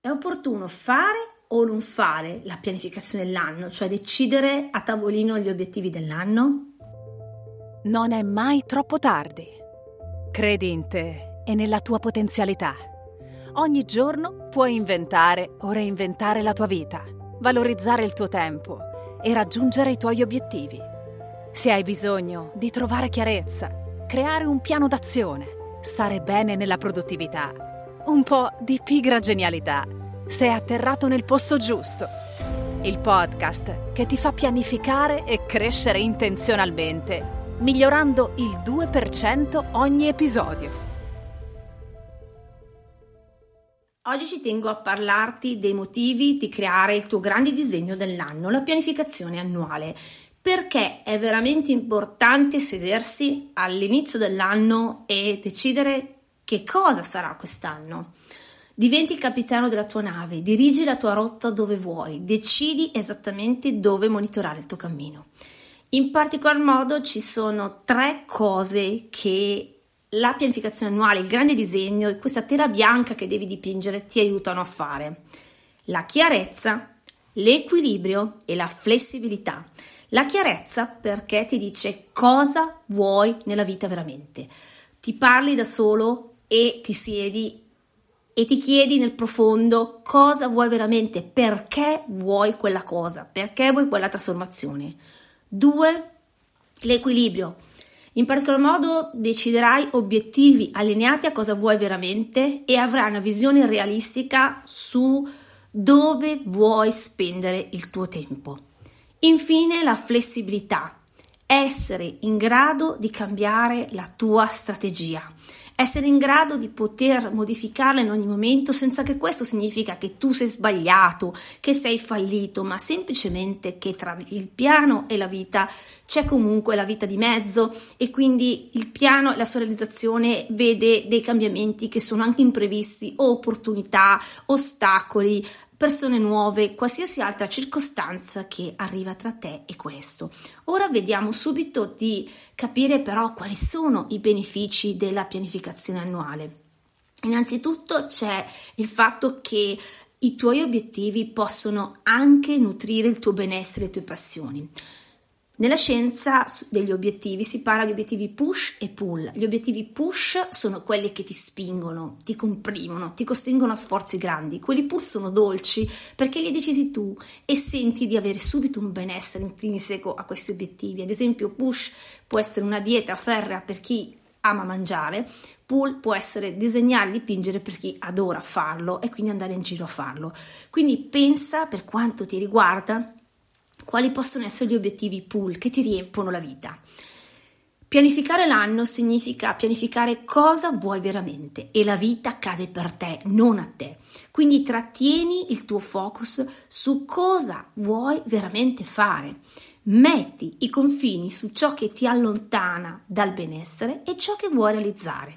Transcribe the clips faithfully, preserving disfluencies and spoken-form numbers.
È opportuno fare o non fare la pianificazione dell'anno, cioè decidere a tavolino gli obiettivi dell'anno? Non è mai troppo tardi. Credi in te e nella tua potenzialità. Ogni giorno puoi inventare o reinventare la tua vita, valorizzare il tuo tempo e raggiungere i tuoi obiettivi. Se hai bisogno di trovare chiarezza, creare un piano d'azione, stare bene nella produttività, un po' di pigra genialità, sei atterrato nel posto giusto. Il podcast che ti fa pianificare e crescere intenzionalmente, migliorando il due per cento ogni episodio. Oggi ci tengo a parlarti dei motivi di creare il tuo grande disegno dell'anno, la pianificazione annuale. Perché è veramente importante sedersi all'inizio dell'anno e decidere che cosa sarà quest'anno. Diventi il capitano della tua nave, dirigi la tua rotta dove vuoi, decidi esattamente dove monitorare il tuo cammino. In particolar modo ci sono tre cose che la pianificazione annuale, il grande disegno e questa tela bianca che devi dipingere ti aiutano a fare. La chiarezza, l'equilibrio e la flessibilità. La chiarezza perché ti dice cosa vuoi nella vita veramente. Ti parli da solo e ti siedi e ti chiedi nel profondo cosa vuoi veramente, perché vuoi quella cosa, perché vuoi quella trasformazione. Due, l'equilibrio. In particolar modo deciderai obiettivi allineati a cosa vuoi veramente e avrai una visione realistica su dove vuoi spendere il tuo tempo. Infine, la flessibilità. Essere in grado di cambiare la tua strategia. Essere in grado di poter modificarla in ogni momento senza che questo significa che tu sei sbagliato, che sei fallito, ma semplicemente che tra il piano e la vita c'è comunque la vita di mezzo e quindi il piano e la sua realizzazione vede dei cambiamenti che sono anche imprevisti o opportunità, ostacoli, persone nuove, qualsiasi altra circostanza che arriva tra te e questo. Ora vediamo subito di capire però quali sono i benefici della pianificazione annuale. Innanzitutto c'è il fatto che i tuoi obiettivi possono anche nutrire il tuo benessere e le tue passioni. Nella scienza degli obiettivi si parla di obiettivi push e pull. Gli obiettivi push sono quelli che ti spingono, ti comprimono, ti costringono a sforzi grandi. Quelli pull sono dolci perché li hai decisi tu e senti di avere subito un benessere intrinseco a questi obiettivi. Ad esempio, push può essere una dieta ferrea per chi ama mangiare, pull può essere disegnare e dipingere per chi adora farlo e quindi andare in giro a farlo. Quindi pensa, per quanto ti riguarda, quali possono essere gli obiettivi pull che ti riempiono la vita. Pianificare l'anno significa pianificare cosa vuoi veramente e la vita cade per te, non a te. Quindi trattieni il tuo focus su cosa vuoi veramente fare. Metti i confini su ciò che ti allontana dal benessere e ciò che vuoi realizzare.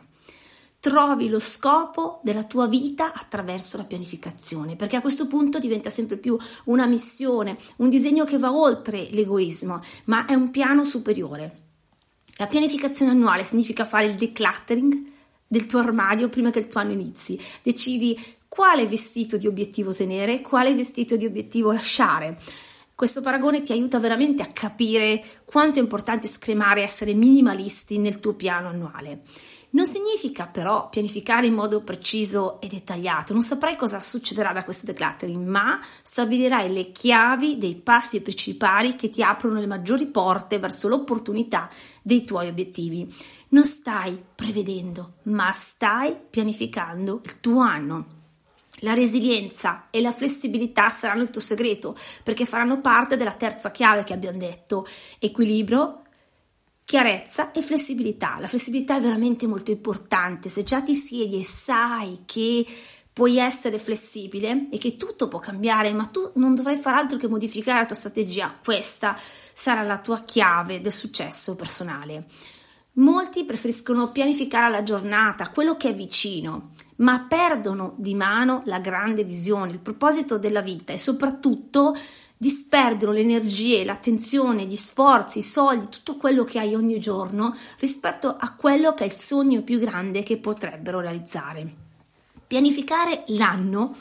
Trovi lo scopo della tua vita attraverso la pianificazione, perché a questo punto diventa sempre più una missione, un disegno che va oltre l'egoismo, ma è un piano superiore. La pianificazione annuale significa fare il decluttering del tuo armadio prima che il tuo anno inizi. Decidi quale vestito di obiettivo tenere, quale vestito di obiettivo lasciare. Questo paragone ti aiuta veramente a capire quanto è importante scremare e essere minimalisti nel tuo piano annuale. Non significa però pianificare in modo preciso e dettagliato, non saprai cosa succederà da questo decluttering, ma stabilirai le chiavi dei passi principali che ti aprono le maggiori porte verso l'opportunità dei tuoi obiettivi. Non stai prevedendo, ma stai pianificando il tuo anno. La resilienza e la flessibilità saranno il tuo segreto, perché faranno parte della terza chiave che abbiamo detto: equilibrio, chiarezza e flessibilità. La flessibilità è veramente molto importante. Se già ti siedi e sai che puoi essere flessibile e che tutto può cambiare, ma tu non dovrai fare altro che modificare la tua strategia, questa sarà la tua chiave del successo personale. Molti preferiscono pianificare la giornata, quello che è vicino, ma perdono di mano la grande visione, il proposito della vita e soprattutto disperdono le energie, l'attenzione, gli sforzi, i soldi, tutto quello che hai ogni giorno rispetto a quello che è il sogno più grande che potrebbero realizzare. Pianificare l'anno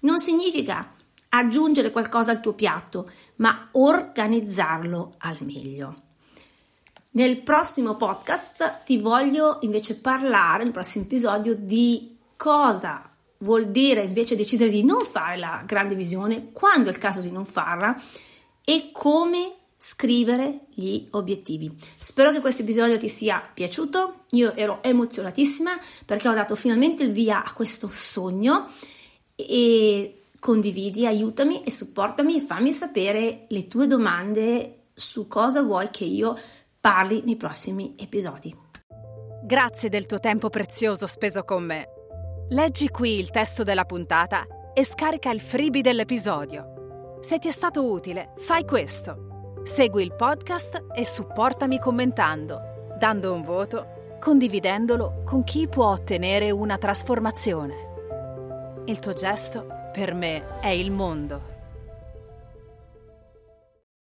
non significa aggiungere qualcosa al tuo piatto, ma organizzarlo al meglio. Nel prossimo podcast ti voglio invece parlare, nel prossimo episodio, di cosa vuol dire invece decidere di non fare la grande visione, quando è il caso di non farla e come scrivere gli obiettivi. Spero che questo episodio ti sia piaciuto. Io ero emozionatissima perché ho dato finalmente il via a questo sogno, e condividi, aiutami e supportami e fammi sapere le tue domande su cosa vuoi che io parli nei prossimi episodi. Grazie del tuo tempo prezioso speso con me. Leggi qui il testo della puntata e scarica il freebie dell'episodio. Se ti è stato utile, fai questo. Segui il podcast e supportami commentando, dando un voto, condividendolo con chi può ottenere una trasformazione. Il tuo gesto, per me, è il mondo.